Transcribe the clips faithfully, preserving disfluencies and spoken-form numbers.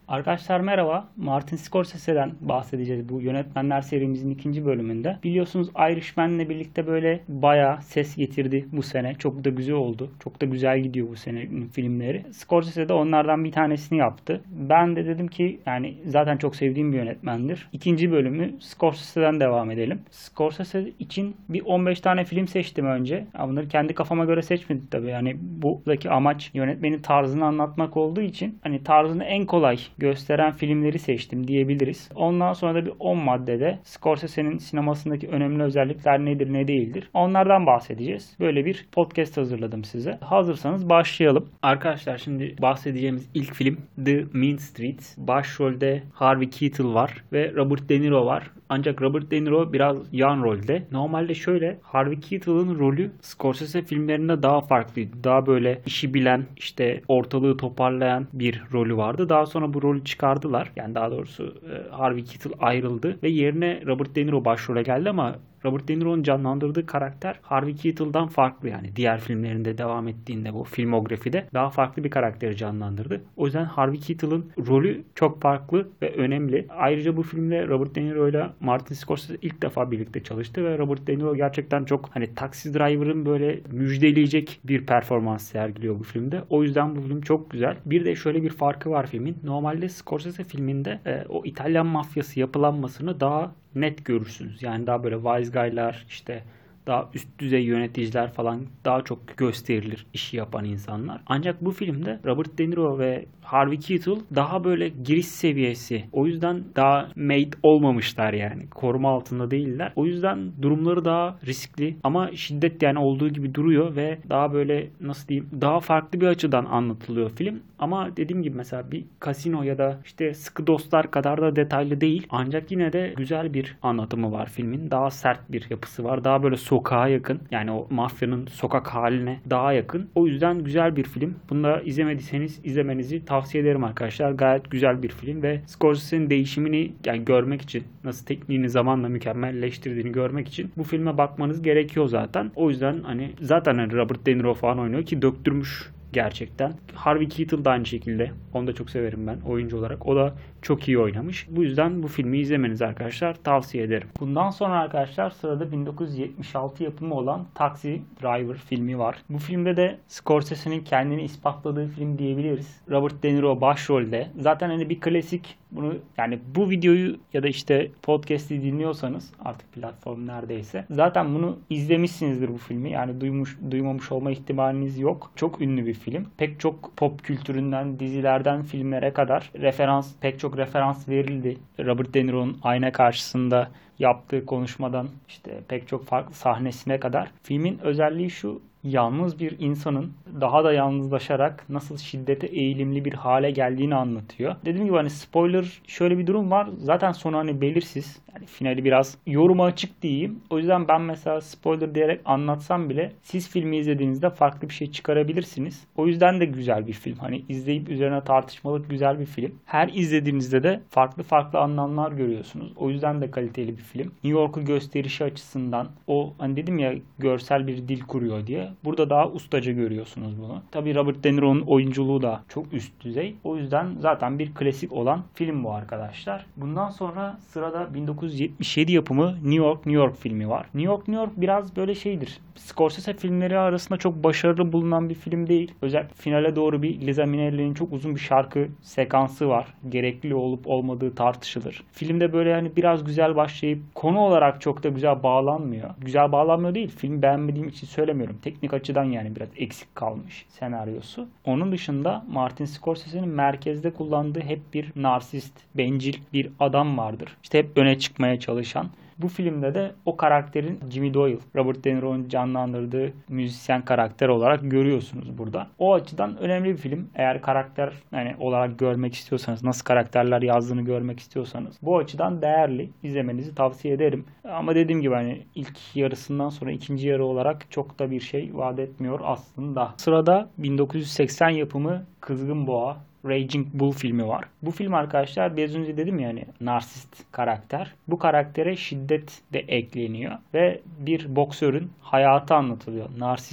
Arkadaşlar merhaba. Martin Scorsese'den bahsedeceğiz bu yönetmenler serimizin ikinci bölümünde. Biliyorsunuz Irishman'le birlikte böyle bayağı ses getirdi bu sene. Çok da güzel oldu. Çok da güzel gidiyor bu senenin filmleri. Scorsese de onlardan bir tanesini yaptı. Ben de dedim ki yani zaten çok sevdiğim bir yönetmendir. İkinci bölümü Scorsese'den devam edelim. Scorsese için bir on beş tane film seçtim önce. Bunları kendi kafama göre seçmedim tabii. Yani buradaki amaç yönetmenin tarzını anlatmak olduğu için hani tarzını en kolay gösteren filmleri seçtim diyebiliriz. Ondan sonra da bir on maddede Scorsese'nin sinemasındaki önemli özellikler nedir ne değildir. Onlardan bahsedeceğiz. Böyle bir podcast hazırladım size. Hazırsanız başlayalım. Arkadaşlar şimdi bahsedeceğimiz ilk film The Mean Streets. Başrolde Harvey Keitel var ve Robert De Niro var. Ancak Robert De Niro biraz yan rolde. Normalde şöyle Harvey Keitel'ın rolü Scorsese filmlerinde daha farklıydı. Daha böyle işi bilen, işte ortalığı toparlayan bir rolü vardı. Daha sonra bu rolü çıkardılar. Yani daha doğrusu Harvey Keitel ayrıldı ve yerine Robert De Niro başrole geldi ama Robert De Niro'nun canlandırdığı karakter Harvey Keitel'dan farklı yani. Diğer filmlerinde devam ettiğinde bu filmografide daha farklı bir karakteri canlandırdı. O yüzden Harvey Keitel'ın rolü çok farklı ve önemli. Ayrıca bu filmde Robert De Niro ile Martin Scorsese ilk defa birlikte çalıştı ve Robert De Niro gerçekten çok hani Taxi Driver'ın böyle müjdeleyecek bir performans sergiliyor bu filmde. O yüzden bu film çok güzel. Bir de şöyle bir farkı var filmin. Normalde Scorsese filminde e, o İtalyan mafyası yapılanmasını daha net görürsünüz. Yani daha böyle wise guy'lar, işte daha üst düzey yöneticiler falan daha çok gösterilir işi yapan insanlar. Ancak bu filmde Robert De Niro ve Harvey Keitel daha böyle giriş seviyesi. O yüzden daha made olmamışlar yani. Koruma altında değiller. O yüzden durumları daha riskli ama şiddet yani olduğu gibi duruyor ve daha böyle nasıl diyeyim daha farklı bir açıdan anlatılıyor film. Ama dediğim gibi mesela bir Casino ya da işte Sıkı Dostlar kadar da detaylı değil. Ancak yine de güzel bir anlatımı var filmin. Daha sert bir yapısı var. Daha böyle sokağa yakın. Yani o mafyanın sokak haline daha yakın. O yüzden güzel bir film. Bunu da izlemediyseniz izlemenizi tavsiye ederim arkadaşlar. Gayet güzel bir film ve Scorsese'nin değişimini yani görmek için nasıl tekniğini zamanla mükemmelleştirdiğini görmek için bu filme bakmanız gerekiyor zaten. O yüzden hani zaten hani Robert De Niro falan oynuyor ki döktürmüş gerçekten. Harvey Keitel da aynı şekilde. Onu da çok severim ben oyuncu olarak. O da çok iyi oynamış. Bu yüzden bu filmi izlemenizi arkadaşlar tavsiye ederim. Bundan sonra arkadaşlar sırada bin dokuz yüz yetmiş altı yapımı olan Taxi Driver filmi var. Bu filmde de Scorsese'nin kendini ispatladığı film diyebiliriz. Robert De Niro başrolde. Zaten hani bir klasik bunu yani bu videoyu ya da işte podcast'i dinliyorsanız artık platform neredeyse zaten bunu izlemişsinizdir bu filmi. Yani duymuş duymamış olma ihtimaliniz yok. Çok ünlü bir film. Pek çok pop kültüründen, dizilerden filmlere kadar referans, pek çok referans verildi. Robert De Niro'nun ayna karşısında yaptığı konuşmadan işte pek çok farklı sahnesine kadar. Filmin özelliği şu: yalnız bir insanın daha da yalnızlaşarak nasıl şiddete eğilimli bir hale geldiğini anlatıyor. Dediğim gibi hani spoiler şöyle bir durum var. Zaten sonu hani belirsiz. Yani finali biraz yoruma açık diyeyim. O yüzden ben mesela spoiler diyerek anlatsam bile siz filmi izlediğinizde farklı bir şey çıkarabilirsiniz. O yüzden de güzel bir film. Hani izleyip üzerine tartışmalık güzel bir film. Her izlediğinizde de farklı farklı anlamlar görüyorsunuz. O yüzden de kaliteli bir film. New York'u gösterişi açısından o hani dedim ya görsel bir dil kuruyor diye. Burada daha ustaca görüyorsunuz bunu. Tabii Robert De Niro'nun oyunculuğu da çok üst düzey. O yüzden zaten bir klasik olan film bu arkadaşlar. Bundan sonra sırada bin dokuz yüz yetmiş yedi yapımı New York New York filmi var. New York New York biraz böyle şeydir. Scorsese filmleri arasında çok başarılı bulunan bir film değil. Özellikle finale doğru bir Liza Minnelli'nin çok uzun bir şarkı sekansı var. Gerekli olup olmadığı tartışılır. Filmde böyle hani biraz güzel başlayıp konu olarak çok da güzel bağlanmıyor. Güzel bağlanmıyor değil. Film beğenmediğim için söylemiyorum. Teknik açıdan yani biraz eksik kalmış senaryosu. Onun dışında Martin Scorsese'nin merkezde kullandığı hep bir narsist, bencil bir adam vardır. İşte hep öne çıkmaya çalışan. Bu filmde de o karakterin Jimmy Doyle, Robert De Niro'nun canlandırdığı müzisyen karakter olarak görüyorsunuz burada. O açıdan önemli bir film. Eğer karakter yani olarak görmek istiyorsanız, nasıl karakterler yazdığını görmek istiyorsanız bu açıdan değerli. İzlemenizi tavsiye ederim. Ama dediğim gibi hani ilk yarısından sonra ikinci yarı olarak çok da bir şey vaat etmiyor aslında. Sırada bin dokuz yüz seksen yapımı Kızgın Boğa, Raging Bull filmi var. Bu film arkadaşlar biraz önce dedim ya hani narsist karakter. Bu karaktere şiddet de ekleniyor ve bir boksörün hayatı anlatılıyor. Narsist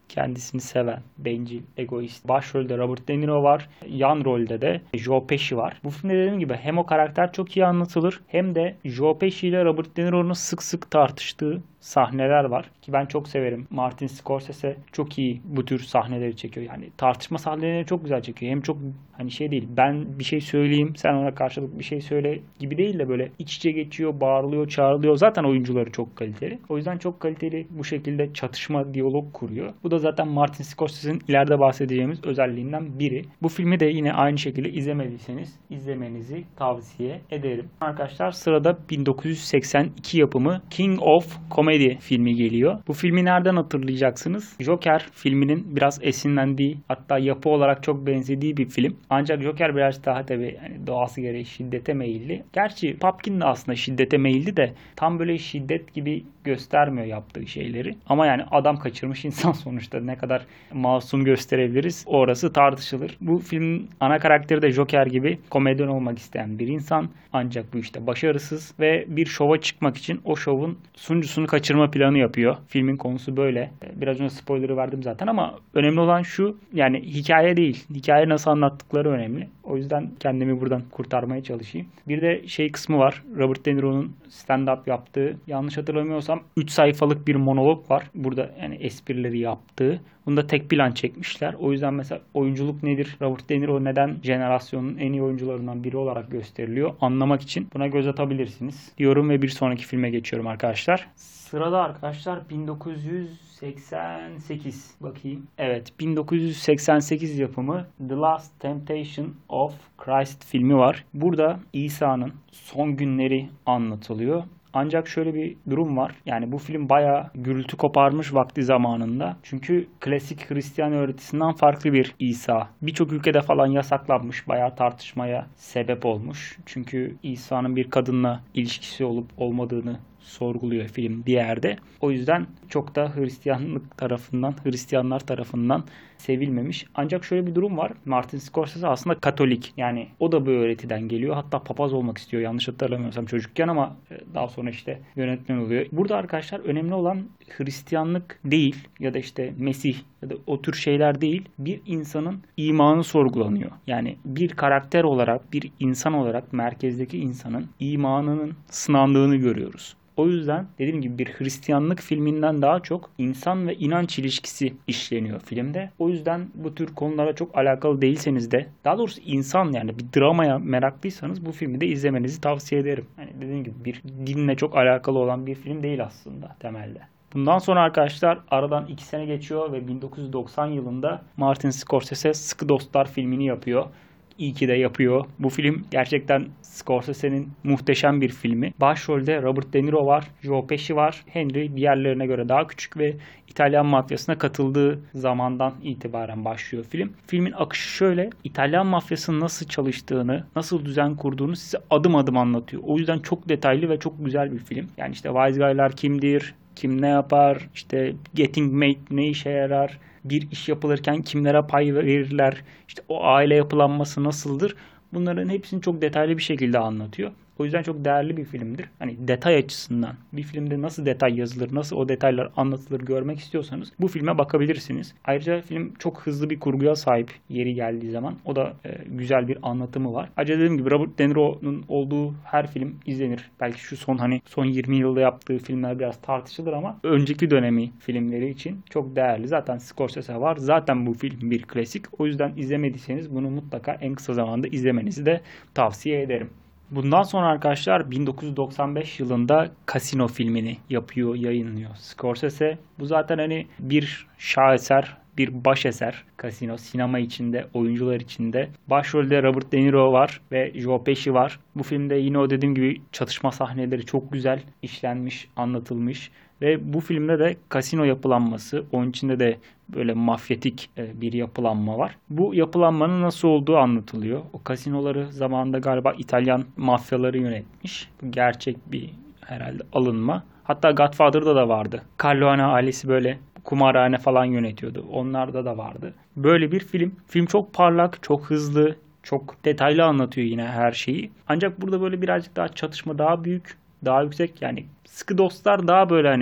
kendisini seven, bencil, egoist. Başrolde Robert De Niro var. Yan rolde de Joe Pesci var. Bu filmde dediğim gibi hem o karakter çok iyi anlatılır hem de Joe Pesci ile Robert De Niro'nun sık sık tartıştığı sahneler var. Ki ben çok severim. Martin Scorsese çok iyi bu tür sahneleri çekiyor. Yani tartışma sahneleri çok güzel çekiyor. Hem çok hani şey değil. Ben bir şey söyleyeyim, sen ona karşılık bir şey söyle gibi değil de böyle iç içe geçiyor, bağırılıyor, çağrılıyor. Zaten oyuncuları çok kaliteli. O yüzden çok kaliteli bu şekilde çatışma, diyalog kuruyor. Bu da zaten Martin Scorsese'nin ileride bahsedeceğimiz özelliğinden biri. Bu filmi de yine aynı şekilde izlemediyseniz izlemenizi tavsiye ederim. Arkadaşlar sırada bin dokuz yüz seksen iki yapımı King of Comedy filmi geliyor. Bu filmi nereden hatırlayacaksınız? Joker filminin biraz esinlendiği, hatta yapı olarak çok benzediği bir film. Ancak Joker biraz daha tabii yani doğası gereği şiddete meyilli. Gerçi Pumpkin de aslında şiddete meyilli de tam böyle şiddet gibi göstermiyor yaptığı şeyleri. Ama yani adam kaçırmış insan sonuçta ne kadar masum gösterebiliriz orası tartışılır. Bu filmin ana karakteri de Joker gibi komedyen olmak isteyen bir insan. Ancak bu işte başarısız ve bir şova çıkmak için o şovun sunucusunu kaçırma planı yapıyor. Filmin konusu böyle. Biraz önce spoiler'ı verdim zaten ama önemli olan şu, yani hikaye değil. Hikaye nasıl anlattıkları önemli. O yüzden kendimi buradan kurtarmaya çalışayım. Bir de şey kısmı var. Robert De Niro'nun stand-up yaptığı, yanlış hatırlamıyorsam üç sayfalık bir monolog var. Burada yani esprileri yaptığı. Bunda tek plan çekmişler. O yüzden mesela oyunculuk nedir? Robert De Niro neden jenerasyonun en iyi oyuncularından biri olarak gösteriliyor? Anlamak için buna göz atabilirsiniz diyorum ve bir sonraki filme geçiyorum arkadaşlar. Sırada arkadaşlar bin dokuz yüz seksen sekiz. Bakayım. Evet, bin dokuz yüz seksen sekiz yapımı The Last Temptation of Christ filmi var. Burada İsa'nın son günleri anlatılıyor. Ancak şöyle bir durum var. Yani bu film bayağı gürültü koparmış vakti zamanında. Çünkü klasik Hristiyan öğretisinden farklı bir İsa. Birçok ülkede falan yasaklanmış. Bayağı tartışmaya sebep olmuş. Çünkü İsa'nın bir kadınla ilişkisi olup olmadığını sorguluyor film bir yerde. O yüzden çok da Hristiyanlık tarafından, Hristiyanlar tarafından sevilmemiş. Ancak şöyle bir durum var. Martin Scorsese aslında Katolik. Yani o da bu öğretiden geliyor. Hatta papaz olmak istiyor. Yanlış hatırlamıyorsam çocukken ama daha sonra işte yönetmen oluyor. Burada arkadaşlar önemli olan Hristiyanlık değil ya da işte Mesih ya da o tür şeyler değil. Bir insanın imanı sorgulanıyor. Yani bir karakter olarak, bir insan olarak merkezdeki insanın imanının sınandığını görüyoruz. O yüzden dediğim gibi bir Hristiyanlık filminden daha çok insan ve inanç ilişkisi işleniyor filmde. O yüzden bu tür konulara çok alakalı değilseniz de, daha doğrusu insan yani bir dramaya meraklıysanız bu filmi de izlemenizi tavsiye ederim. Yani dediğim gibi bir dinle çok alakalı olan bir film değil aslında temelde. Bundan sonra arkadaşlar aradan iki sene geçiyor ve bin dokuz yüz doksan yılında Martin Scorsese Sıkı Dostlar filmini yapıyor. İyi ki de yapıyor. Bu film gerçekten Scorsese'nin muhteşem bir filmi. Başrolde Robert De Niro var, Joe Pesci var. Henry diğerlerine göre daha küçük ve İtalyan mafyasına katıldığı zamandan itibaren başlıyor film. Filmin akışı şöyle: İtalyan mafyasının nasıl çalıştığını, nasıl düzen kurduğunu size adım adım anlatıyor. O yüzden çok detaylı ve çok güzel bir film. Yani işte Wise Guy'lar kimdir, kim ne yapar, işte Getting Made ne işe yarar, bir iş yapılırken kimlere pay verirler, işte o aile yapılanması nasıldır, bunların hepsini çok detaylı bir şekilde anlatıyor. O yüzden çok değerli bir filmdir. Hani detay açısından bir filmde nasıl detay yazılır, nasıl o detaylar anlatılır görmek istiyorsanız bu filme bakabilirsiniz. Ayrıca film çok hızlı bir kurguya sahip yeri geldiği zaman. O da e, güzel bir anlatımı var. Ayrıca dediğim gibi Robert De Niro'nun olduğu her film izlenir. Belki şu son hani son yirmi yılda yaptığı filmler biraz tartışılır ama önceki dönemi filmleri için çok değerli. Zaten Scorsese var. Zaten bu film bir klasik. O yüzden izlemediyseniz bunu mutlaka en kısa zamanda izlemenizi de tavsiye ederim. Bundan sonra arkadaşlar bin dokuz yüz doksan beş yılında Casino filmini yapıyor, yayınlıyor Scorsese. Bu zaten hani bir şaheser, bir başeser. Casino sinema içinde, oyuncular içinde. Başrolde Robert De Niro var ve Joe Pesci var. Bu filmde yine o dediğim gibi çatışma sahneleri çok güzel işlenmiş, anlatılmış. Ve bu filmde de kasino yapılanması, onun içinde de böyle mafyatik bir yapılanma var. Bu yapılanmanın nasıl olduğu anlatılıyor. O kasinoları zamanında galiba İtalyan mafyaları yönetmiş. Bu gerçek bir herhalde alınma. Hatta Godfather'da da vardı. Corleone ailesi böyle kumarhane falan yönetiyordu. Onlarda da vardı. Böyle bir film. Film çok parlak, çok hızlı, çok detaylı anlatıyor yine her şeyi. Ancak burada böyle birazcık daha çatışma daha büyük, daha yüksek. Yani Sıkı Dostlar daha böyle hani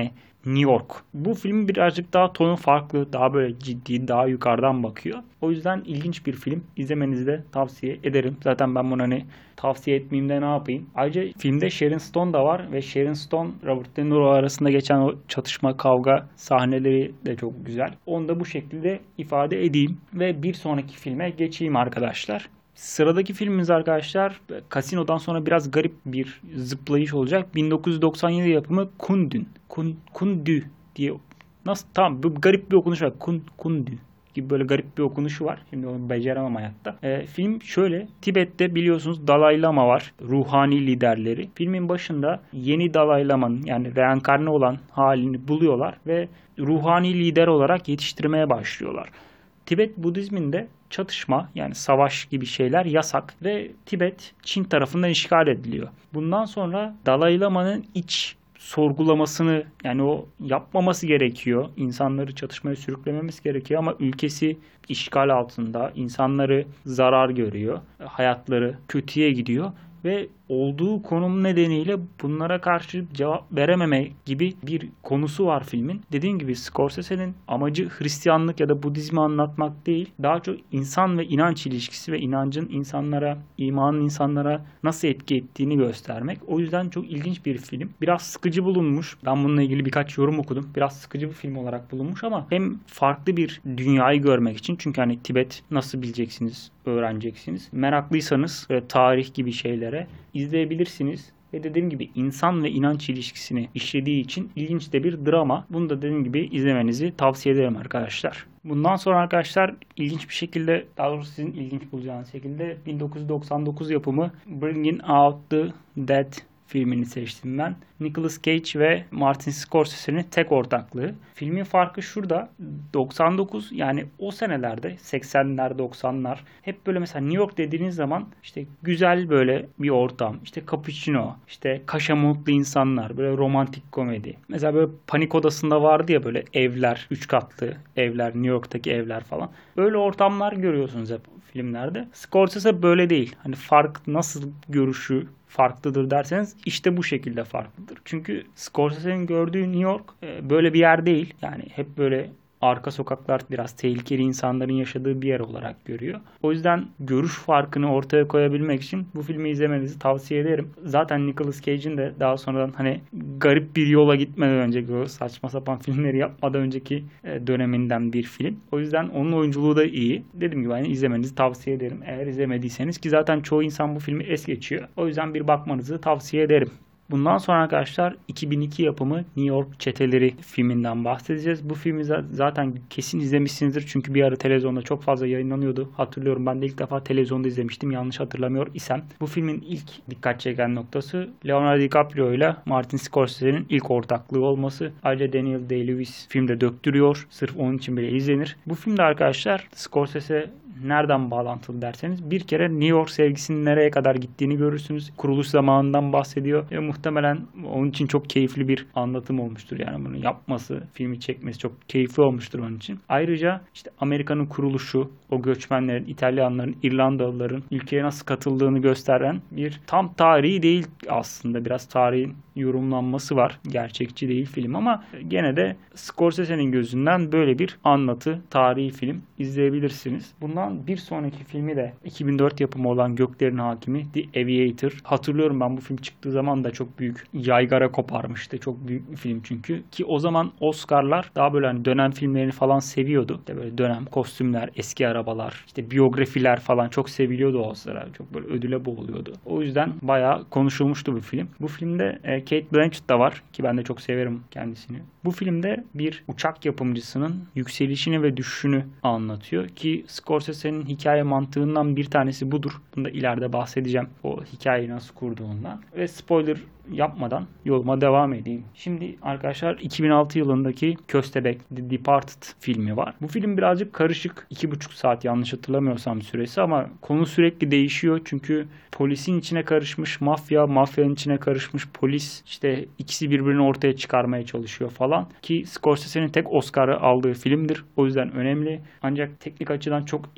New York. Bu film birazcık daha tonu farklı, daha böyle ciddi, daha yukarıdan bakıyor. O yüzden ilginç bir film. İzlemenizi de tavsiye ederim. Zaten ben bunu hani tavsiye etmeyeyim de ne yapayım. Ayrıca filmde Sharon Stone da var ve Sharon Stone, Robert De Niro arasında geçen o çatışma, kavga sahneleri de çok güzel. Onu da bu şekilde ifade edeyim ve bir sonraki filme geçeyim arkadaşlar. Sıradaki filmimiz arkadaşlar Casino'dan sonra biraz garip bir zıplayış olacak. bin dokuz yüz doksan yedi yapımı Kundun. Kun, Kundü diye nasıl tam bu garip bir okunuş var. Kun, Kundü gibi böyle garip bir okunuşu var. Şimdi onu beceremem hayatta. E, film şöyle. Tibet'te biliyorsunuz Dalai Lama var. Ruhani liderleri. Filmin başında yeni Dalai Lama'nın yani reenkarne olan halini buluyorlar ve ruhani lider olarak yetiştirmeye başlıyorlar. Tibet Budizminde çatışma yani savaş gibi şeyler yasak ve Tibet Çin tarafından işgal ediliyor. Bundan sonra Dalai Lama'nın iç sorgulamasını yani o yapmaması gerekiyor. İnsanları çatışmaya sürüklememesi gerekiyor ama ülkesi işgal altında. İnsanları zarar görüyor. Hayatları kötüye gidiyor ve olduğu konum nedeniyle bunlara karşı cevap verememe gibi bir konusu var filmin. Dediğim gibi Scorsese'nin amacı Hristiyanlık ya da Budizmi anlatmak değil. Daha çok insan ve inanç ilişkisi ve inancın insanlara, imanın insanlara nasıl etki ettiğini göstermek. O yüzden çok ilginç bir film. Biraz sıkıcı bulunmuş. Ben bununla ilgili birkaç yorum okudum. Biraz sıkıcı bir film olarak bulunmuş ama hem farklı bir dünyayı görmek için çünkü hani Tibet nasıl bileceksiniz, öğreneceksiniz. Meraklıysanız e, tarih gibi şeylere izleyebilirsiniz. Ve dediğim gibi insan ve inanç ilişkisini işlediği için ilginç de bir drama. Bunu da dediğim gibi izlemenizi tavsiye ederim arkadaşlar. Bundan sonra arkadaşlar ilginç bir şekilde, daha doğrusu sizin ilginç bulacağınız şekilde bin dokuz yüz doksan dokuz yapımı Bringing Out the Dead filmini seçtim ben. Nicolas Cage ve Martin Scorsese'nin tek ortaklığı. Filmin farkı şurada. doksan dokuz yani o senelerde seksenler doksanlar hep böyle mesela New York dediğiniz zaman işte güzel böyle bir ortam. İşte cappuccino, işte kaşamutlu insanlar, böyle romantik komedi. Mesela böyle Panik Odası'nda vardı ya böyle evler, üç katlı evler, New York'taki evler falan. Böyle ortamlar görüyorsunuz hep filmlerde. Scorsese böyle değil. Hani fark nasıl görüşü farklıdır derseniz işte bu şekilde farklıdır. Çünkü Scorsese'nin gördüğü New York böyle bir yer değil. Yani hep böyle arka sokaklar, biraz tehlikeli insanların yaşadığı bir yer olarak görüyor. O yüzden görüş farkını ortaya koyabilmek için bu filmi izlemenizi tavsiye ederim. Zaten Nicolas Cage'in de daha sonradan hani garip bir yola gitmeden önceki o saçma sapan filmleri yapmadan önceki döneminden bir film. O yüzden onun oyunculuğu da iyi. Dediğim gibi hani izlemenizi tavsiye ederim. Eğer izlemediyseniz ki zaten çoğu insan bu filmi es geçiyor. O yüzden bir bakmanızı tavsiye ederim. Bundan sonra arkadaşlar iki bin iki yapımı New York Çeteleri filminden bahsedeceğiz. Bu filmi zaten kesin izlemişsinizdir. Çünkü bir ara televizyonda çok fazla yayınlanıyordu. Hatırlıyorum, ben de ilk defa televizyonda izlemiştim. Yanlış hatırlamıyor isem. Bu filmin ilk dikkat çeken noktası Leonardo DiCaprio ile Martin Scorsese'nin ilk ortaklığı olması. Ayrıca Daniel Day-Lewis filmde döktürüyor. Sırf onun için bile izlenir. Bu filmde arkadaşlar Scorsese nereden bağlantılı derseniz bir kere New York sevgisinin nereye kadar gittiğini görürsünüz. Kuruluş zamanından bahsediyor. E, muhtemelen onun için çok keyifli bir anlatım olmuştur. Yani bunu yapması, filmi çekmesi çok keyifli olmuştur onun için. Ayrıca işte Amerika'nın kuruluşu, o göçmenlerin, İtalyanların, İrlandalıların ülkeye nasıl katıldığını gösteren bir tam tarihi değil aslında. Biraz tarihin yorumlanması var. Gerçekçi değil film ama gene de Scorsese'nin gözünden böyle bir anlatı, tarihi film izleyebilirsiniz. Bundan bir sonraki filmi de iki bin dört yapımı olan Göklerin Hakimi The Aviator. Hatırlıyorum, ben bu film çıktığı zaman da çok büyük yaygara koparmıştı. Çok büyük bir film çünkü. Ki o zaman Oscar'lar daha böyle hani dönem filmlerini falan seviyordu. İşte böyle dönem kostümler, eski arabalar, işte biyografiler falan çok seviliyordu o sıra. Çok böyle ödüle boğuluyordu. O yüzden bayağı konuşulmuştu bu film. Bu filmde e, Cate Blanchett da var ki ben de çok severim kendisini. Bu filmde bir uçak yapımcısının yükselişini ve düşüşünü anlatıyor ki Scorsese'nin hikaye mantığından bir tanesi budur. Bunu da ileride bahsedeceğim. O hikayeyi nasıl kurduğundan. Ve spoiler yapmadan yoluma devam edeyim. Şimdi arkadaşlar iki bin altı yılındaki Köstebek The Departed filmi var. Bu film birazcık karışık. iki buçuk saat yanlış hatırlamıyorsam süresi ama konu sürekli değişiyor. Çünkü polisin içine karışmış mafya, mafyanın içine karışmış polis, işte ikisi birbirini ortaya çıkarmaya çalışıyor falan. Ki Scorsese'nin tek Oscar'ı aldığı filmdir. O yüzden önemli. Ancak teknik açıdan çok iyi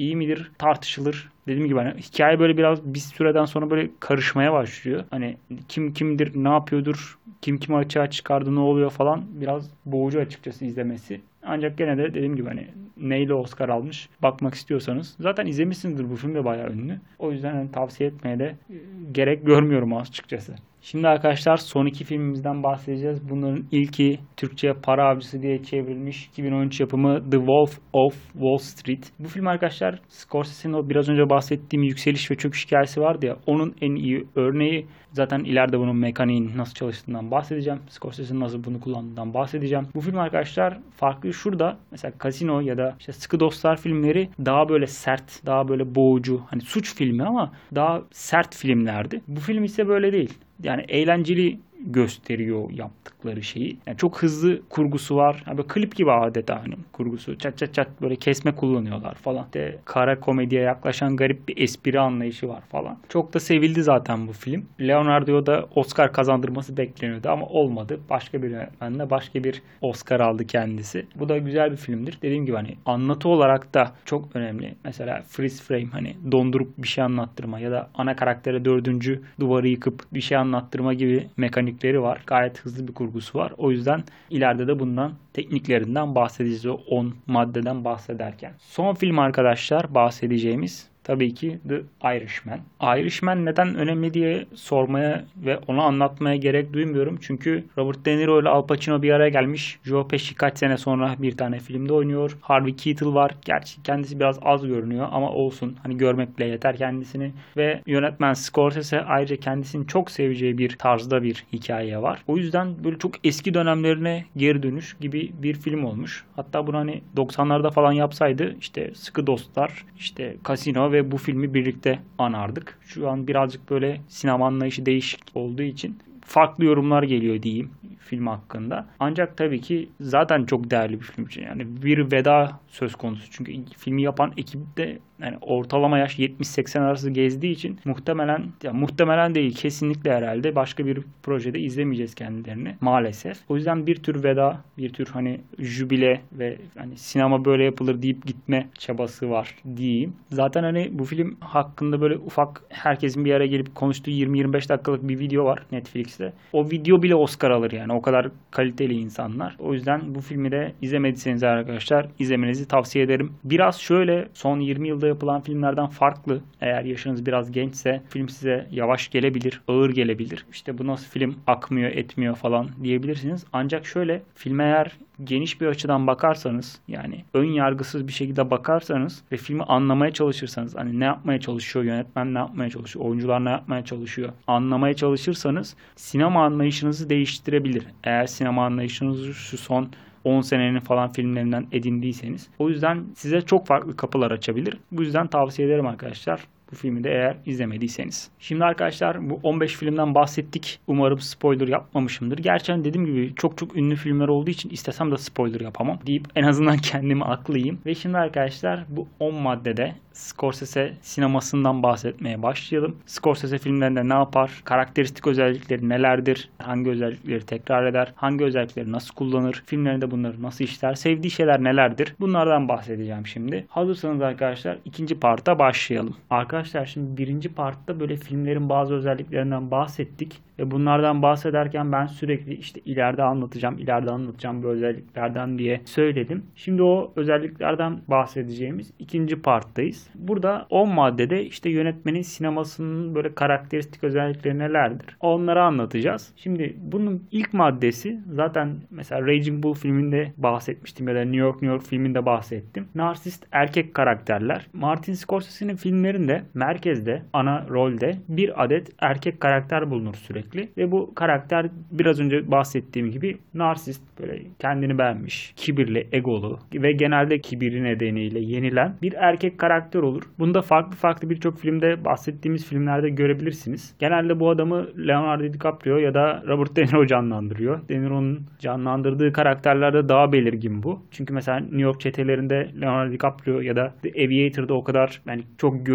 iyi midir tartışılır. Dediğim gibi hani hikaye böyle biraz bir süreden sonra böyle karışmaya başlıyor. Hani kim kimdir, ne yapıyordur, kim kimi açığa çıkardı, ne oluyor falan, biraz boğucu açıkçası izlemesi. Ancak gene de dediğim gibi hani neyle Oscar almış bakmak istiyorsanız zaten izlemişsinizdir, bu film de bayağı ünlü. O yüzden hani tavsiye etmeye de gerek görmüyorum açıkçası. Şimdi arkadaşlar son iki filmimizden bahsedeceğiz. Bunların ilki Türkçe'ye Para Avcısı diye çevrilmiş iki bin on üç yapımı The Wolf of Wall Street. Bu film arkadaşlar Scorsese'nin o biraz önce bahsettiğim yükseliş ve çöküş hikayesi vardı ya, onun en iyi örneği. Zaten ileride bunun mekaniğin nasıl çalıştığından bahsedeceğim. Scorsese'nin nasıl bunu kullandığından bahsedeceğim. Bu film arkadaşlar farklı şurada. Mesela Casino ya da işte Sıkı Dostlar filmleri daha böyle sert, daha böyle boğucu. Hani suç filmi ama daha sert filmlerdi. Bu film ise böyle değil. Yani eğlenceli gösteriyor yaptıkları şeyi. Yani çok hızlı kurgusu var. Yani böyle klip gibi adeta hani kurgusu. Çat çat çat böyle kesme kullanıyorlar falan. İşte kara komediye yaklaşan garip bir espri anlayışı var falan. Çok da sevildi zaten bu film. Leonardo'ya da Oscar kazandırması bekleniyordu ama olmadı. Başka bir yönetmenle başka bir Oscar aldı kendisi. Bu da güzel bir filmdir. Dediğim gibi hani anlatı olarak da çok önemli. Mesela freeze frame, hani dondurup bir şey anlattırma ya da ana karaktere dördüncü duvarı yıkıp bir şey anlattırma gibi mekanik var. Gayet hızlı bir kurgusu var. O yüzden ileride de bundan, tekniklerinden bahsedeceğiz o on maddeden bahsederken. Son film arkadaşlar bahsedeceğimiz tabii ki The Irishman. Irishman neden önemli diye sormaya ve onu anlatmaya gerek duymuyorum. Çünkü Robert De Niro ile Al Pacino bir araya gelmiş. Joe Pesci kaç sene sonra bir tane filmde oynuyor. Harvey Keitel var. Gerçi kendisi biraz az görünüyor ama olsun. Hani görmek bile yeter kendisini. Ve yönetmen Scorsese ayrıca kendisinin çok seveceği bir tarzda bir hikaye var. O yüzden böyle çok eski dönemlerine geri dönüş gibi bir film olmuş. Hatta bunu hani doksanlarda falan yapsaydı işte Sıkı Dostlar, işte Casino ve bu filmi birlikte anardık. Şu an birazcık böyle sinema anlayışı değişik olduğu için farklı yorumlar geliyor diyeyim film hakkında. Ancak tabii ki zaten çok değerli bir film için. Yani bir veda söz konusu. Çünkü filmi yapan ekip de yani ortalama yaş yetmiş seksen arası gezdiği için muhtemelen, ya muhtemelen değil kesinlikle herhalde başka bir projede izlemeyeceğiz kendilerini maalesef. O yüzden bir tür veda, bir tür hani jübile ve hani sinema böyle yapılır deyip gitme çabası var diyeyim. Zaten hani bu film hakkında böyle ufak herkesin bir araya gelip konuştuğu yirmi yirmi beş dakikalık bir video var Netflix'te. O video bile Oscar alır yani. O kadar kaliteli insanlar. O yüzden bu filmi de izlemediyseniz arkadaşlar izlemenizi tavsiye ederim. Biraz şöyle son yirmi yılda yapılan filmlerden farklı. Eğer yaşınız biraz gençse film size yavaş gelebilir, ağır gelebilir. İşte bu nasıl film, akmıyor, etmiyor falan diyebilirsiniz. Ancak şöyle, filme eğer geniş bir açıdan bakarsanız, yani ön yargısız bir şekilde bakarsanız ve filmi anlamaya çalışırsanız, hani ne yapmaya çalışıyor yönetmen, ne yapmaya çalışıyor, oyuncular ne yapmaya çalışıyor, anlamaya çalışırsanız sinema anlayışınızı değiştirebilir. Eğer sinema anlayışınızı şu son on senenin falan filmlerinden edindiyseniz. O yüzden size çok farklı kapılar açabilir. Bu yüzden tavsiye ederim arkadaşlar. Bu filmi de eğer izlemediyseniz. Şimdi arkadaşlar bu on beş filmden bahsettik. Umarım spoiler yapmamışımdır. Gerçekten dediğim gibi çok çok ünlü filmler olduğu için istesem de spoiler yapamam deyip en azından kendimi aklayayım. Ve şimdi arkadaşlar bu on maddede Scorsese sinemasından bahsetmeye başlayalım. Scorsese filmlerinde ne yapar? Karakteristik özellikleri nelerdir? Hangi özellikleri tekrar eder? Hangi özellikleri nasıl kullanır? Filmlerinde bunları nasıl işler? Sevdiği şeyler nelerdir? Bunlardan bahsedeceğim şimdi. Hazırsanız arkadaşlar ikinci parta başlayalım. Arkadaşlar şimdi birinci partta böyle filmlerin bazı özelliklerinden bahsettik. Ve bunlardan bahsederken ben sürekli işte ileride anlatacağım, ileride anlatacağım bu özelliklerden diye söyledim. Şimdi o özelliklerden bahsedeceğimiz ikinci parttayız. Burada on maddede işte yönetmenin sinemasının böyle karakteristik özellikleri nelerdir? Onları anlatacağız. Şimdi bunun ilk maddesi zaten mesela Raging Bull filminde bahsetmiştim ya da New York New York filminde bahsettim. Narsist erkek karakterler. Martin Scorsese'nin filmlerinde merkezde, ana rolde bir adet erkek karakter bulunur sürekli. Ve bu karakter biraz önce bahsettiğim gibi narsist, böyle kendini beğenmiş, kibirli, egolu ve genelde kibiri nedeniyle yenilen bir erkek karakter olur. Bunu da farklı farklı birçok filmde, bahsettiğimiz filmlerde görebilirsiniz. Genelde bu adamı Leonardo DiCaprio ya da Robert De Niro canlandırıyor. De Niro'nun canlandırdığı karakterlerde daha belirgin bu. Çünkü mesela New York çetelerinde Leonardo DiCaprio ya da The Aviator'da o kadar yani çok görünmüyordu.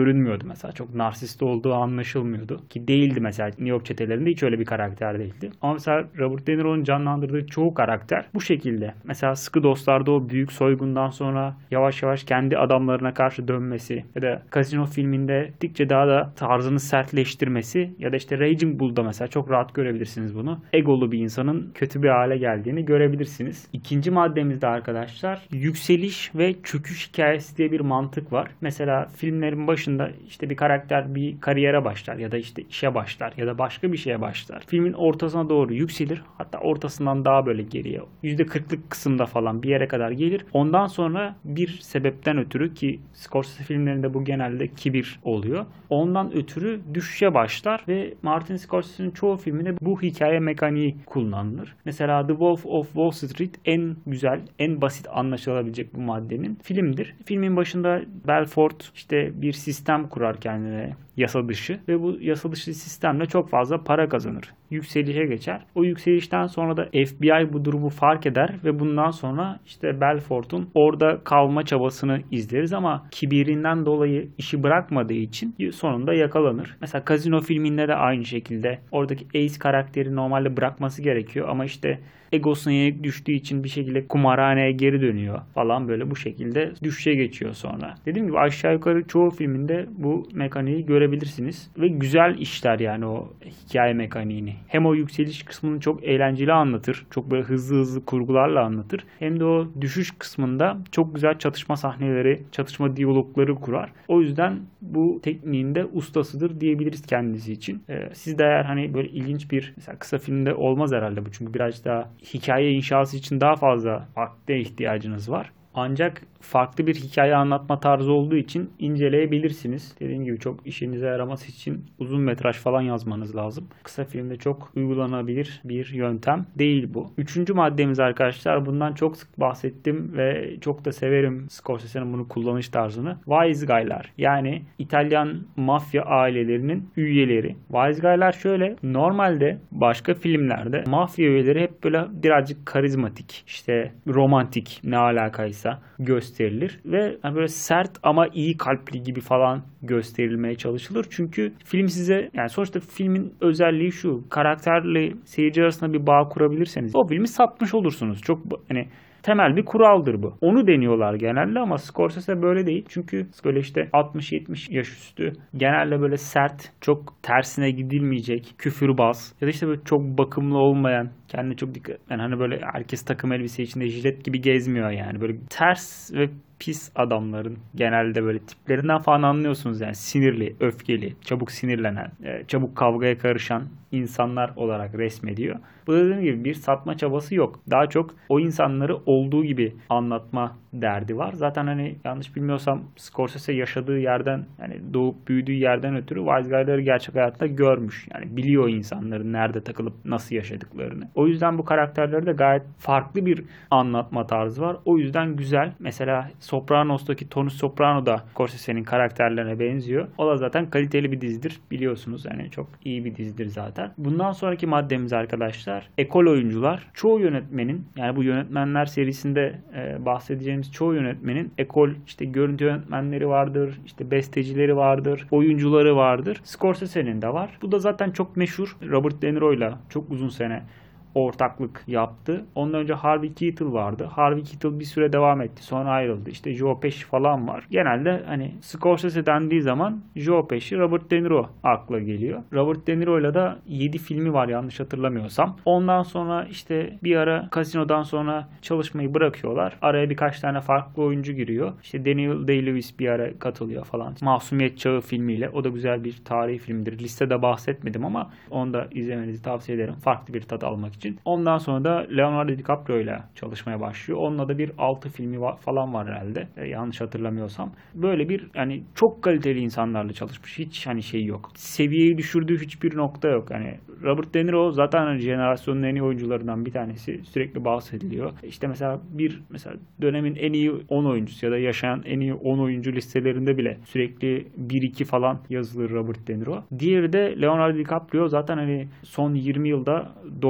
mesela. Çok narsist olduğu anlaşılmıyordu. Ki değildi mesela. New York çetelerinde hiç öyle bir karakter değildi. Ama mesela Robert De Niro'nun canlandırdığı çoğu karakter bu şekilde. Mesela Sıkı Dostlar'da o büyük soygundan sonra yavaş yavaş kendi adamlarına karşı dönmesi ya da Casino filminde gittikçe daha da tarzını sertleştirmesi ya da işte Raging Bull'da mesela çok rahat görebilirsiniz bunu. Egolu bir insanın kötü bir hale geldiğini görebilirsiniz. İkinci maddemizde arkadaşlar yükseliş ve çöküş hikayesi diye bir mantık var. Mesela filmlerin başında işte bir karakter bir kariyere başlar ya da işte işe başlar ya da başka bir şeye başlar. Filmin ortasına doğru yükselir. Hatta ortasından daha böyle geriye yüzde kırklık kısımda falan bir yere kadar gelir. Ondan sonra bir sebepten ötürü ki Scorsese filmlerinde bu genelde kibir oluyor. Ondan ötürü düşüşe başlar ve Martin Scorsese'nin çoğu filminde bu hikaye mekaniği kullanılır. Mesela The Wolf of Wall Street en güzel, en basit anlaşılabilecek bu maddenin filmdir. Filmin başında Belfort işte bir sistem kurar kendine, yasa dışı ve bu yasa dışı sistemle çok fazla para kazanır. Yükselişe geçer. O yükselişten sonra da F B I bu durumu fark eder ve bundan sonra işte Belfort'un orada kalma çabasını izleriz ama kibirinden dolayı işi bırakmadığı için sonunda yakalanır. Mesela Casino filminde de aynı şekilde oradaki Ace karakteri normalde bırakması gerekiyor ama işte egosuna yenik düştüğü için bir şekilde kumarhaneye geri dönüyor falan, böyle bu şekilde düşüşe geçiyor sonra. Dediğim gibi aşağı yukarı çoğu filminde bu mekaniği görebilirsiniz ve güzel işler yani o hikaye mekaniğini. Hem o yükseliş kısmını çok eğlenceli anlatır. Çok böyle hızlı hızlı kurgularla anlatır. Hem de o düşüş kısmında çok güzel çatışma sahneleri, çatışma diyalogları kurar. O yüzden bu tekniğinde ustasıdır diyebiliriz kendisi için. Ee, siz de eğer hani böyle ilginç bir mesela kısa filmde olmaz herhalde bu, çünkü biraz daha hikaye inşası için daha fazla vakte ihtiyacınız var. Ancak farklı bir hikaye anlatma tarzı olduğu için inceleyebilirsiniz. Dediğim gibi çok işinize yaraması için uzun metraj falan yazmanız lazım. Kısa filmde çok uygulanabilir bir yöntem değil bu. Üçüncü maddemiz arkadaşlar, bundan çok sık bahsettim ve çok da severim Scorsese'nin bunu kullanış tarzını. Wise Guy'lar, yani İtalyan mafya ailelerinin üyeleri. Wise Guy'lar şöyle, normalde başka filmlerde mafya üyeleri hep böyle birazcık karizmatik, işte romantik, ne alakaysa gösterilir ve hani böyle sert ama iyi kalpli gibi falan gösterilmeye çalışılır. Çünkü film size, yani sonuçta filmin özelliği şu: karakterle seyirci arasında bir bağ kurabilirseniz o filmi satmış olursunuz. Çok hani temel bir kuraldır bu. Onu deniyorlar genelde ama Scorsese böyle değil. Çünkü böyle işte altmış yetmiş yaş üstü, genelde böyle sert, çok tersine gidilmeyecek, küfürbaz ya da işte böyle çok bakımlı olmayan, kendine çok dikkat, yani hani böyle herkes takım elbise içinde jilet gibi gezmiyor yani. Böyle ters ve pis adamların genelde böyle tiplerinden falan anlıyorsunuz yani, sinirli, öfkeli, çabuk sinirlenen, çabuk kavgaya karışan insanlar olarak resmediyor. Bu da dediğim gibi bir satma çabası yok. Daha çok o insanları olduğu gibi anlatma derdi var. Zaten hani yanlış bilmiyorsam Scorsese yaşadığı yerden, yani doğup büyüdüğü yerden ötürü Wise Guy'ları gerçek hayatta görmüş. Yani biliyor insanların nerede takılıp nasıl yaşadıklarını. O yüzden bu karakterleri de gayet farklı bir anlatma tarzı var. O yüzden güzel. Mesela Sopranos'taki Tony Soprano da Scorsese'nin karakterlerine benziyor. O da zaten kaliteli bir dizidir. Biliyorsunuz yani, çok iyi bir dizidir zaten. Bundan sonraki maddemiz arkadaşlar, ekol oyuncular. Çoğu yönetmenin, yani bu yönetmenler serisinde e, bahsedeceğimiz çoğu yönetmenin ekol, işte görüntü yönetmenleri vardır, işte bestecileri vardır, oyuncuları vardır. Scorsese'nin de var. Bu da zaten çok meşhur. Robert De Niro'yla çok uzun sene ortaklık yaptı. Ondan önce Harvey Keitel vardı. Harvey Keitel bir süre devam etti. Sonra ayrıldı. İşte Joe Pesci falan var. Genelde hani Scorsese dendiği zaman Joe Pesci, Robert De Niro akla geliyor. Robert De Niro'yla da yedi filmi var yanlış hatırlamıyorsam. Ondan sonra işte bir ara Casino'dan sonra çalışmayı bırakıyorlar. Araya birkaç tane farklı oyuncu giriyor. İşte Daniel Day-Lewis bir ara katılıyor falan. Masumiyet Çağı filmiyle. O da güzel bir tarihi filmdir. Listede bahsetmedim ama onu da izlemenizi tavsiye ederim. Farklı bir tat almak için. Ondan sonra da Leonardo DiCaprio ile çalışmaya başlıyor. Onunla da bir altı filmi va- falan var herhalde. E, yanlış hatırlamıyorsam. Böyle bir, yani çok kaliteli insanlarla çalışmış. Hiç hani şey yok. Seviyeyi düşürdüğü hiçbir nokta yok. Yani Robert De Niro zaten hani jenerasyonun en iyi oyuncularından bir tanesi. Sürekli bahsediliyor. İşte mesela bir mesela dönemin en iyi on oyuncusu ya da yaşayan en iyi on oyuncu listelerinde bile sürekli bir iki falan yazılır Robert De Niro. Diğeri de Leonardo DiCaprio, zaten hani son yirmi yılda domine etmiş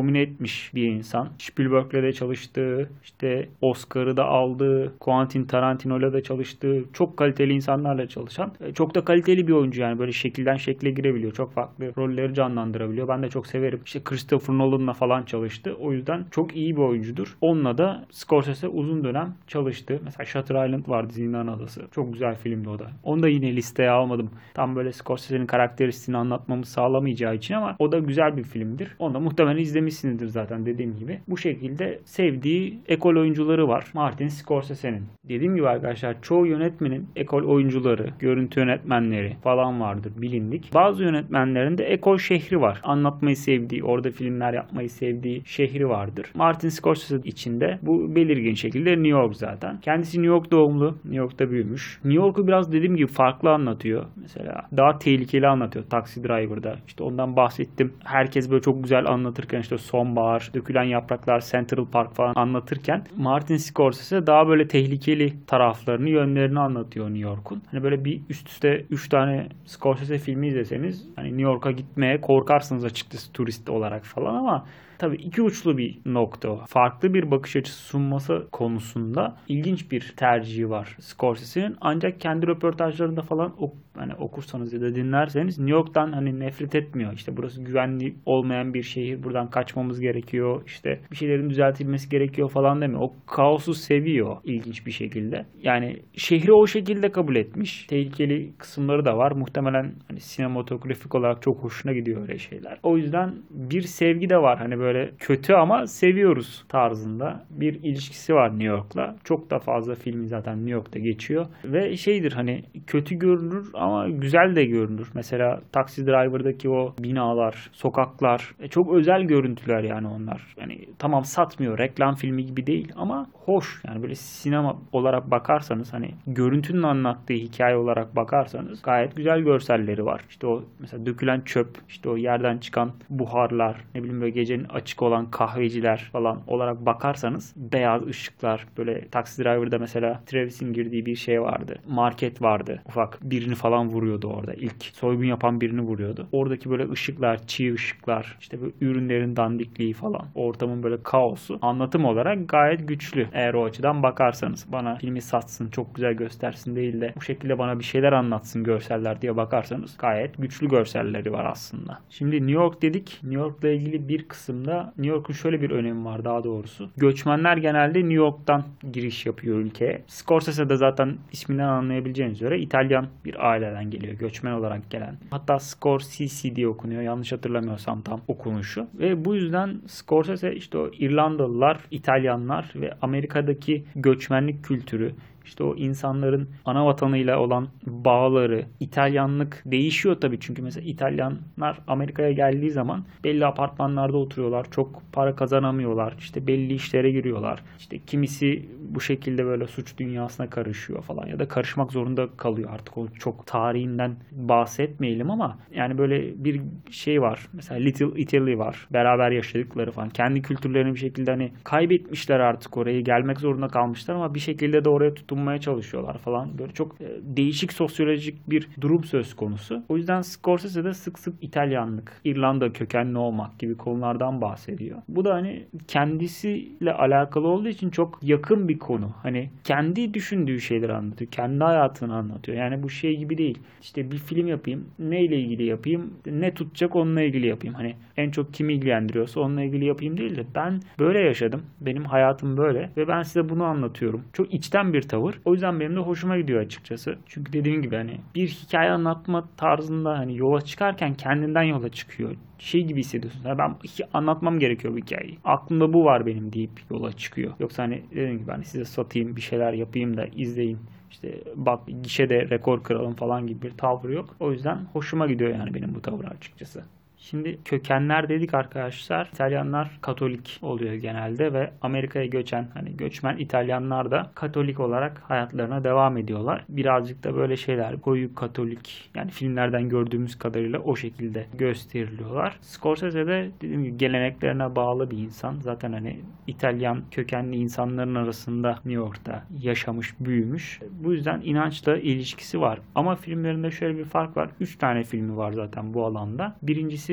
etmiş bir insan. Spielberg'le de çalıştığı, işte Oscar'ı da aldığı, Quentin Tarantino'yla da çalıştığı, çok kaliteli insanlarla çalışan, çok da kaliteli bir oyuncu yani, böyle şekilden şekle girebiliyor. Çok farklı rolleri canlandırabiliyor. Ben de çok severim. İşte Christopher Nolan'la falan çalıştı. O yüzden çok iyi bir oyuncudur. Onunla da Scorsese uzun dönem çalıştı. Mesela Shutter Island vardı, Zindan Adası. Çok güzel filmdi o da. Onu da yine listeye almadım. Tam böyle Scorsese'nin karakteristiğini anlatmamı sağlamayacağı için ama o da güzel bir filmdir. Onu da muhtemelen izlemişsinizdir zaten dediğim gibi. Bu şekilde sevdiği ekol oyuncuları var Martin Scorsese'nin. Dediğim gibi arkadaşlar, çoğu yönetmenin ekol oyuncuları, görüntü yönetmenleri falan vardır, bilindik. Bazı yönetmenlerin de ekol şehri var. Anlatmayı sevdiği, orada filmler yapmayı sevdiği şehri vardır. Martin Scorsese içinde bu belirgin şekilde New York zaten. Kendisi New York doğumlu. New York'ta büyümüş. New York'u biraz dediğim gibi farklı anlatıyor. Mesela daha tehlikeli anlatıyor Taxi Driver'da. İşte ondan bahsettim. Herkes böyle çok güzel anlatırken, işte sonbahar, dökülen yapraklar, Central Park falan anlatırken Martin Scorsese daha böyle tehlikeli taraflarını, yönlerini anlatıyor New York'un. Hani böyle bir üst üste üç tane Scorsese filmi izleseniz hani New York'a gitmeye korkarsınız açıkçası turist olarak falan, ama tabii iki uçlu bir nokta o. Farklı bir bakış açısı sunması konusunda ilginç bir tercihi var Scorsese'nin. Ancak kendi röportajlarında falan ok hani okursanız ya da dinlerseniz New York'tan hani nefret etmiyor. İşte burası güvenli olmayan bir şehir, buradan kaçmamız gerekiyor, İşte bir şeylerin düzeltilmesi gerekiyor falan demiyor. O kaosu seviyor ilginç bir şekilde. Yani şehri o şekilde kabul etmiş. Tehlikeli kısımları da var. Muhtemelen hani sinematografik olarak çok hoşuna gidiyor öyle şeyler. O yüzden bir sevgi de var. Hani böyle kötü ama seviyoruz tarzında bir ilişkisi var New York'la. Çok da fazla filmi zaten New York'ta geçiyor. Ve şeydir, hani kötü görünür ama güzel de görünür. Mesela Taxi Driver'daki o binalar, sokaklar e, çok özel görüntüler yani onlar. Yani tamam, satmıyor, reklam filmi gibi değil ama hoş. Yani böyle sinema olarak bakarsanız, hani görüntünün anlattığı hikaye olarak bakarsanız gayet güzel görselleri var. İşte o mesela dökülen çöp, işte o yerden çıkan buharlar, ne bileyim böyle gecenin açık olan kahveciler falan olarak bakarsanız, beyaz ışıklar, böyle Taxi Driver'da mesela Travis'in girdiği bir şey vardı. Market vardı. Ufak birini falan vuruyordu orada. İlk soygun yapan birini vuruyordu. Oradaki böyle ışıklar, çiğ ışıklar, işte böyle ürünlerin dandikliği falan, ortamın böyle kaosu anlatım olarak gayet güçlü. Eğer o açıdan bakarsanız, bana filmi satsın, çok güzel göstersin değil de bu şekilde bana bir şeyler anlatsın görseller diye bakarsanız gayet güçlü görselleri var aslında. Şimdi New York dedik. New York'la ilgili bir kısımda New York'un şöyle bir önemi var daha doğrusu. Göçmenler genelde New York'tan giriş yapıyor ülkeye. Scorsese de zaten isminden anlayabileceğiniz üzere İtalyan bir aileden geliyor. Göçmen olarak gelen. Hatta Scorsese diye okunuyor. Yanlış hatırlamıyorsam tam okunuşu. Ve bu yüzden Scorsese işte o İrlandalılar, İtalyanlar ve Amerika'daki göçmenlik kültürü, İşte o insanların ana vatanıyla olan bağları, İtalyanlık değişiyor tabii. Çünkü mesela İtalyanlar Amerika'ya geldiği zaman belli apartmanlarda oturuyorlar. Çok para kazanamıyorlar. İşte belli işlere giriyorlar. İşte kimisi bu şekilde böyle suç dünyasına karışıyor falan. Ya da karışmak zorunda kalıyor. Artık o çok tarihinden bahsetmeyelim ama yani böyle bir şey var. Mesela Little Italy var. Beraber yaşadıkları falan. Kendi kültürlerini bir şekilde hani kaybetmişler artık, oraya gelmek zorunda kalmışlar ama bir şekilde de oraya tutunmaya çalışıyorlar falan. Böyle çok değişik sosyolojik bir durum söz konusu. O yüzden Scorsese de sık sık İtalyanlık, İrlanda kökenli olmak gibi konulardan bahsediyor. Bu da hani kendisiyle alakalı olduğu için çok yakın bir konu. Hani kendi düşündüğü şeyleri anlatıyor. Kendi hayatını anlatıyor. Yani bu şey gibi değil. İşte bir film yapayım. Neyle ilgili yapayım? Ne tutacak onunla ilgili yapayım. Hani en çok kimi ilgilendiriyorsa onunla ilgili yapayım değil de ben böyle yaşadım. Benim hayatım böyle ve ben size bunu anlatıyorum. Çok içten bir tavır. O yüzden benim de hoşuma gidiyor açıkçası. Çünkü dediğim gibi hani bir hikaye anlatma tarzında hani yola çıkarken kendinden yola çıkıyor. Şey gibi hissediyorsun. Yani ben anlatmam gerekiyor bu hikayeyi. Aklımda bu var benim deyip yola çıkıyor. Yoksa hani dediğim gibi hani size satayım, bir şeyler yapayım da izleyin. İşte bak gişede rekor kıralım falan gibi bir tavır yok. O yüzden hoşuma gidiyor yani benim bu tavır açıkçası. Şimdi kökenler dedik arkadaşlar. İtalyanlar Katolik oluyor genelde ve Amerika'ya göçen hani göçmen İtalyanlar da Katolik olarak hayatlarına devam ediyorlar. Birazcık da böyle şeyler koyu Katolik, yani filmlerden gördüğümüz kadarıyla o şekilde gösteriliyorlar. Scorsese de dediğim gibi geleneklerine bağlı bir insan. Zaten hani İtalyan kökenli insanların arasında New York'ta yaşamış, büyümüş. Bu yüzden inançla ilişkisi var. Ama filmlerinde şöyle bir fark var. Üç tane filmi var zaten bu alanda. Birincisi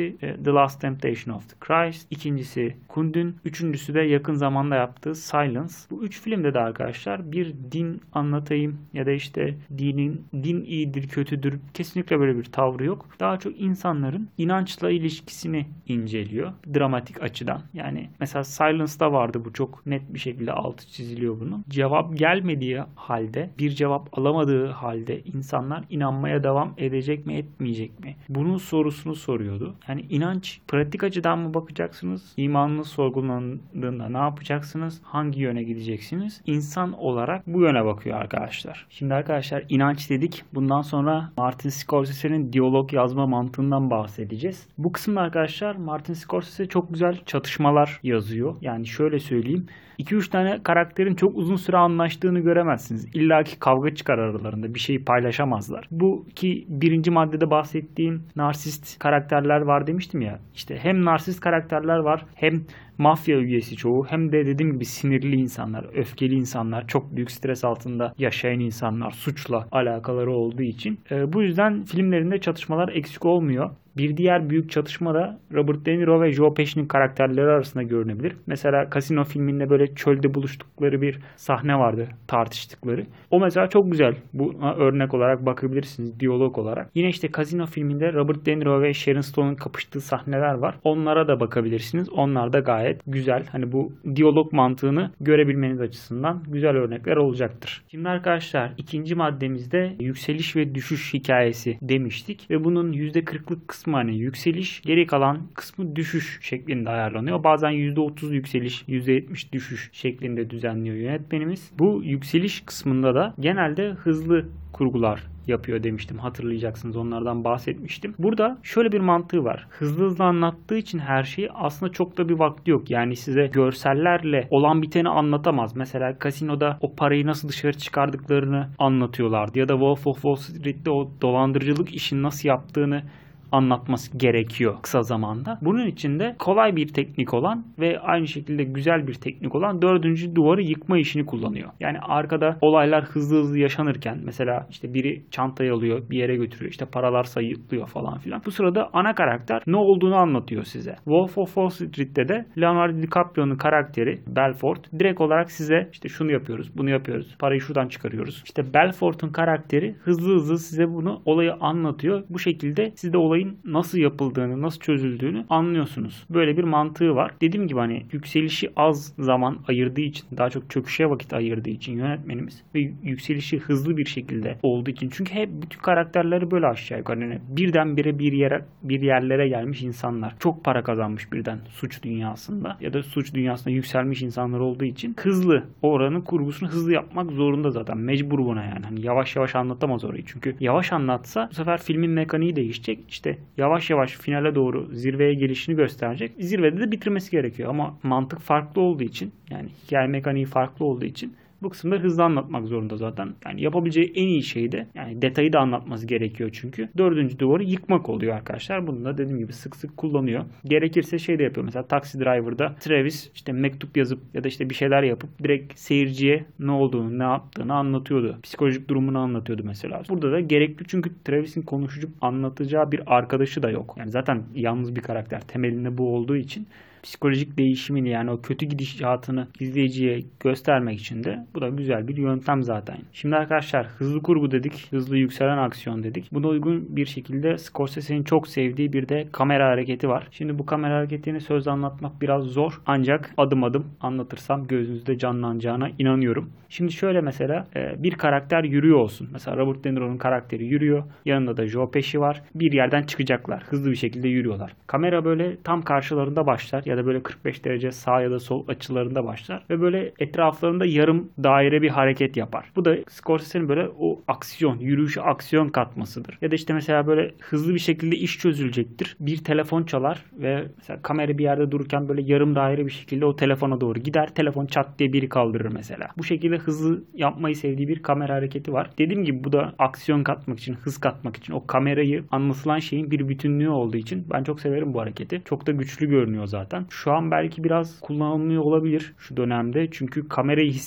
Birincisi The Last Temptation of the Christ. İkincisi Kundun. Üçüncüsü de yakın zamanda yaptığı Silence. Bu üç filmde de arkadaşlar bir din anlatayım ya da işte dinin din iyidir kötüdür kesinlikle böyle bir tavrı yok. Daha çok insanların inançla ilişkisini inceliyor dramatik açıdan. Yani mesela Silence'da vardı, bu çok net bir şekilde altı çiziliyor bunun. Cevap gelmediği halde, bir cevap alamadığı halde insanlar inanmaya devam edecek mi etmeyecek mi? Bunun sorusunu soruyordu. Yani inanç pratik açıdan mı bakacaksınız? İmanınız sorgulandığında ne yapacaksınız? Hangi yöne gideceksiniz? İnsan olarak bu yöne bakıyor arkadaşlar. Şimdi arkadaşlar inanç dedik. Bundan sonra Martin Scorsese'nin diyalog yazma mantığından bahsedeceğiz. Bu kısımda arkadaşlar Martin Scorsese çok güzel çatışmalar yazıyor. Yani şöyle söyleyeyim. iki üç tane karakterin çok uzun süre anlaştığını göremezsiniz. İlla ki kavga çıkar aralarında. Bir şeyi paylaşamazlar. Bu ki birinci maddede bahsettiğim narsist karakterler var demiştim ya. İşte hem narsist karakterler var, hem mafya üyesi çoğu, hem de dediğim gibi sinirli insanlar, öfkeli insanlar, çok büyük stres altında yaşayan insanlar, suçla alakaları olduğu için. E, bu yüzden filmlerinde çatışmalar eksik olmuyor. Bir diğer büyük çatışma da Robert De Niro ve Joe Pesci'nin karakterleri arasında görünebilir. Mesela Casino filminde böyle çölde buluştukları bir sahne vardı, tartıştıkları. O mesela çok güzel. Buna örnek olarak bakabilirsiniz, diyalog olarak. Yine işte Casino filminde Robert De Niro ve Sharon Stone'un kapıştığı sahneler var. Onlara da bakabilirsiniz. Onlar da gayet güzel. Hani bu diyalog mantığını görebilmeniz açısından güzel örnekler olacaktır. Şimdi arkadaşlar ikinci maddemizde yükseliş ve düşüş hikayesi demiştik ve bunun yüzde kırklık kısmı hani yükseliş, geri kalan kısmı düşüş şeklinde ayarlanıyor. Bazen yüzde otuz yükseliş, yüzde yetmiş düşüş şeklinde düzenliyor yönetmenimiz. Bu yükseliş kısmında da genelde hızlı kurgular yapıyor demiştim. Hatırlayacaksınız, onlardan bahsetmiştim. Burada şöyle bir mantığı var. Hızlı hızlı anlattığı için her şeyi aslında çok da bir vakti yok. Yani size görsellerle olan biteni anlatamaz. Mesela Casino'da o parayı nasıl dışarı çıkardıklarını anlatıyorlardı. Ya da Wolf of Wall Street'te o dolandırıcılık işini nasıl yaptığını anlatması gerekiyor kısa zamanda. Bunun için de kolay bir teknik olan ve aynı şekilde güzel bir teknik olan dördüncü duvarı yıkma işini kullanıyor. Yani arkada olaylar hızlı hızlı yaşanırken mesela işte biri çantayı alıyor, bir yere götürüyor, işte paralar sayıklıyor falan filan. Bu sırada ana karakter ne olduğunu anlatıyor size. Wolf of Wall Street'te de Leonardo DiCaprio'nun karakteri Belfort direkt olarak size işte şunu yapıyoruz, bunu yapıyoruz, parayı şuradan çıkarıyoruz. İşte Belfort'un karakteri hızlı hızlı size bunu, olayı anlatıyor. Bu şekilde siz de olayı nasıl yapıldığını, nasıl çözüldüğünü anlıyorsunuz. Böyle bir mantığı var. Dediğim gibi hani yükselişi az zaman ayırdığı için, daha çok çöküşe vakit ayırdığı için yönetmenimiz ve yükselişi hızlı bir şekilde olduğu için. Çünkü hep bütün karakterleri böyle aşağı yukarı yani birdenbire bir yere bir yerlere gelmiş insanlar. Çok para kazanmış birden suç dünyasında ya da suç dünyasında yükselmiş insanlar olduğu için hızlı, o oranın kurgusunu hızlı yapmak zorunda zaten. Mecbur buna yani. Hani yavaş yavaş anlatamaz orayı. Çünkü yavaş anlatsa bu sefer filmin mekaniği değişecek. İşte yavaş yavaş finale doğru zirveye gelişini gösterecek. Zirvede de bitirmesi gerekiyor ama mantık farklı olduğu için, yani hikaye mekaniği farklı olduğu için bu kısımda hızlı anlatmak zorunda zaten. Yani yapabileceği en iyi şey de, yani detayı da anlatması gerekiyor çünkü. Dördüncü duvarı yıkmak oluyor arkadaşlar. Bunu da dediğim gibi sık sık kullanıyor. Gerekirse şey de yapıyor. Mesela Taxi Driver'da Travis işte mektup yazıp ya da işte bir şeyler yapıp direkt seyirciye ne olduğunu, ne yaptığını anlatıyordu. Psikolojik durumunu anlatıyordu mesela. Burada da gerekli çünkü Travis'in konuşup anlatacağı bir arkadaşı da yok. Yani zaten yalnız bir karakter. Temelinde bu olduğu için psikolojik değişimini, yani o kötü gidişatını izleyiciye göstermek için de bu da güzel bir yöntem zaten. Şimdi arkadaşlar hızlı kurgu dedik, hızlı yükselen aksiyon dedik. Buna uygun bir şekilde Scorsese'nin çok sevdiği bir de kamera hareketi var. Şimdi bu kamera hareketini sözle anlatmak biraz zor ancak adım adım anlatırsam gözünüzde canlanacağına inanıyorum. Şimdi şöyle mesela bir karakter yürüyor olsun. Mesela Robert De Niro'nun karakteri yürüyor. Yanında da Joe Pesci var. Bir yerden çıkacaklar. Hızlı bir şekilde yürüyorlar. Kamera böyle tam karşılarında başlar ya da böyle kırk beş derece sağ ya da sol açılarında başlar ve böyle etraflarında yarım daire bir hareket yapar. Bu da Scorsese'nin böyle o aksiyon, yürüyüşe aksiyon katmasıdır. Ya da işte mesela böyle hızlı bir şekilde iş çözülecektir. Bir telefon çalar ve mesela kamera bir yerde dururken böyle yarım daire bir şekilde o telefona doğru gider. Telefon çat diye biri kaldırır mesela. Bu şekilde hızlı yapmayı sevdiği bir kamera hareketi var. Dediğim gibi bu da aksiyon katmak için, hız katmak için, o kamerayı anlatılan şeyin bir bütünlüğü olduğu için ben çok severim bu hareketi. Çok da güçlü görünüyor zaten. Şu an belki biraz kullanılmıyor olabilir şu dönemde. Çünkü kamerayı hissettiriyor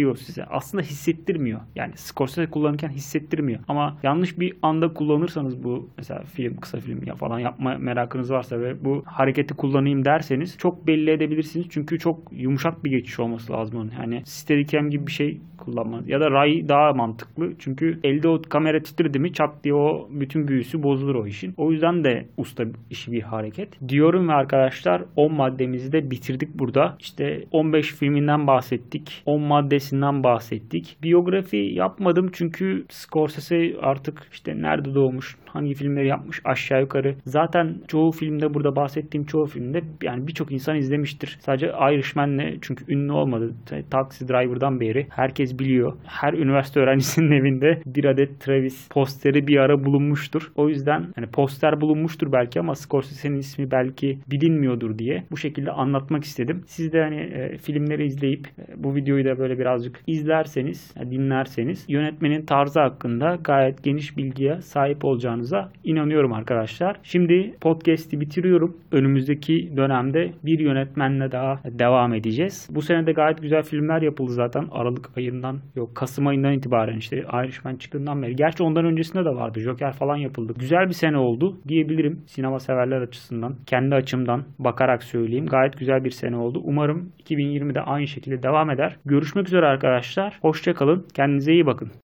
hissettiriyor size. Aslında hissettirmiyor. Yani Scorsese kullanırken hissettirmiyor. Ama yanlış bir anda kullanırsanız bu mesela film, kısa film ya falan yapma merakınız varsa ve bu hareketi kullanayım derseniz çok belli edebilirsiniz. Çünkü çok yumuşak bir geçiş olması lazım onun. Yani Steadicam gibi bir şey kullanmanız. Ya da Ray daha mantıklı. Çünkü elde o kamera titredi mi çat diye o bütün büyüsü bozulur o işin. O yüzden de usta işi bir hareket. Diyorum ve arkadaşlar on maddemizi de bitirdik burada. İşte on beş filminden bahsettik. on maddesinden bahsettik. Biyografi yapmadım çünkü Scorsese artık işte nerede doğmuş, hangi filmleri yapmış aşağı yukarı. Zaten çoğu filmde, burada bahsettiğim çoğu filmde yani birçok insan izlemiştir. Sadece Irishman'le çünkü ünlü olmadı. Taxi Driver'dan beri herkes biliyor. Her üniversite öğrencisinin evinde bir adet Travis posteri bir ara bulunmuştur. O yüzden hani poster bulunmuştur belki ama Scorsese'nin ismi belki bilinmiyordur diye bu şekilde anlatmak istedim. Siz de hani e, filmleri izleyip e, bu videoyu da böyle birazcık izlerseniz, e, dinlerseniz yönetmenin tarzı hakkında gayet geniş bilgiye sahip olacağınıza inanıyorum arkadaşlar. Şimdi podcast'i bitiriyorum. Önümüzdeki dönemde bir yönetmenle daha devam edeceğiz. Bu sene de gayet güzel filmler yapıldı zaten. Aralık ayından yok Kasım ayından itibaren işte Irishman çıktığından beri. Gerçi ondan öncesinde de vardı. Joker falan yapıldı. Güzel bir sene oldu diyebilirim. Sinema severler açısından. Kendi açımdan bakarak söyleyeyim. Gayet güzel bir sene oldu. Umarım iki bin yirmide aynı şekilde devam eder. Görüşmek üzere arkadaşlar. Hoşça kalın. Kendinize iyi bakın.